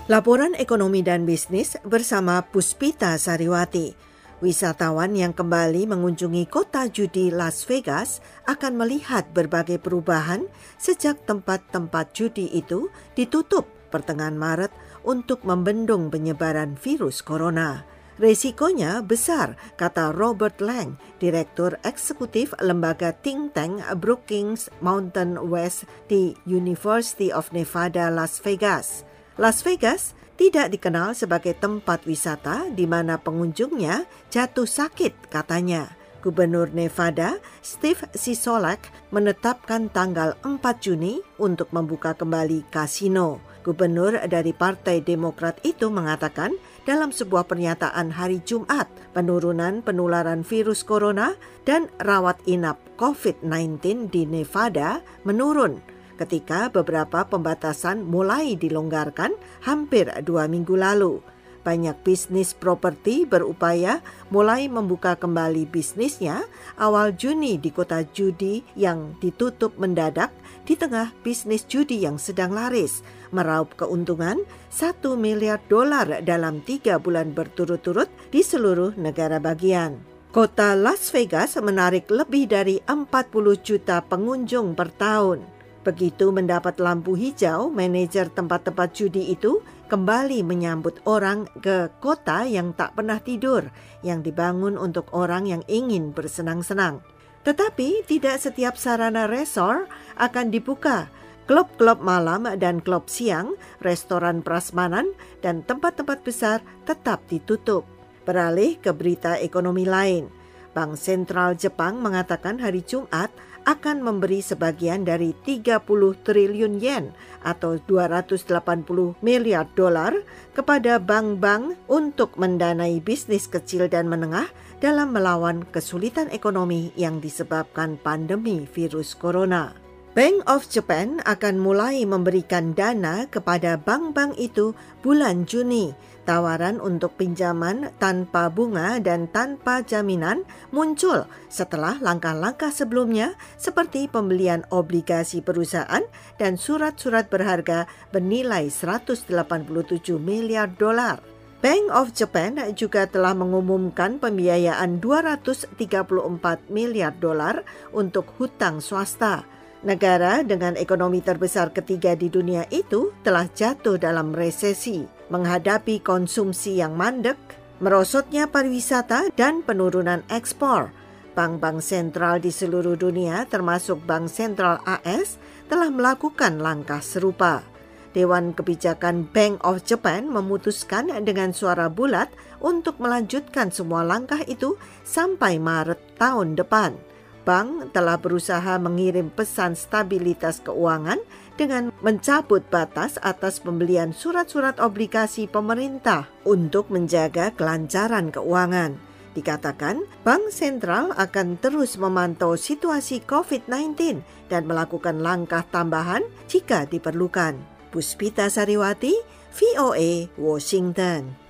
Laporan ekonomi dan bisnis bersama Puspita Sariwati. Wisatawan yang kembali mengunjungi kota judi Las Vegas akan melihat berbagai perubahan sejak tempat-tempat judi itu ditutup pertengahan Maret untuk membendung penyebaran virus corona. Resikonya besar, kata Robert Lang, Direktur Eksekutif Lembaga Think Tank Brookings Mountain West di University of Nevada, Las Vegas. Las Vegas tidak dikenal sebagai tempat wisata di mana pengunjungnya jatuh sakit, katanya. Gubernur Nevada, Steve Sisolak, menetapkan tanggal 4 Juni untuk membuka kembali kasino. Gubernur dari Partai Demokrat itu mengatakan dalam sebuah pernyataan hari Jumat, penurunan penularan virus corona dan rawat inap COVID-19 di Nevada menurun ketika beberapa pembatasan mulai dilonggarkan hampir 2 minggu lalu. Banyak bisnis properti berupaya mulai membuka kembali bisnisnya awal Juni di kota judi yang ditutup mendadak di tengah bisnis judi yang sedang laris, meraup keuntungan $1 miliar dalam 3 bulan berturut-turut di seluruh negara bagian. Kota Las Vegas menarik lebih dari 40 juta pengunjung per tahun. Begitu mendapat lampu hijau, manajer tempat-tempat judi itu kembali menyambut orang ke kota yang tak pernah tidur, yang dibangun untuk orang yang ingin bersenang-senang. Tetapi tidak setiap sarana resort akan dibuka. Klub-klub malam dan klub siang, restoran prasmanan, dan tempat-tempat besar tetap ditutup. Beralih ke berita ekonomi lain. Bank Sentral Jepang mengatakan hari Jumat akan memberi sebagian dari 30 triliun yen atau $280 miliar kepada bank-bank untuk mendanai bisnis kecil dan menengah dalam melawan kesulitan ekonomi yang disebabkan pandemi virus corona. Bank of Japan akan mulai memberikan dana kepada bank-bank itu bulan Juni. Tawaran untuk pinjaman tanpa bunga dan tanpa jaminan muncul setelah langkah-langkah sebelumnya seperti pembelian obligasi perusahaan dan surat-surat berharga bernilai $187 miliar. Bank of Japan juga telah mengumumkan pembiayaan $234 miliar untuk hutang swasta. Negara dengan ekonomi terbesar ketiga di dunia itu telah jatuh dalam resesi, menghadapi konsumsi yang mandek, merosotnya pariwisata, dan penurunan ekspor. Bank-bank sentral di seluruh dunia, termasuk Bank Sentral AS, telah melakukan langkah serupa. Dewan Kebijakan Bank of Japan memutuskan dengan suara bulat untuk melanjutkan semua langkah itu sampai Maret tahun depan. Bank telah berusaha mengirim pesan stabilitas keuangan dengan mencabut batas atas pembelian surat-surat obligasi pemerintah untuk menjaga kelancaran keuangan. Dikatakan, Bank Sentral akan terus memantau situasi COVID-19 dan melakukan langkah tambahan jika diperlukan. Puspita Sariwati, VOA, Washington.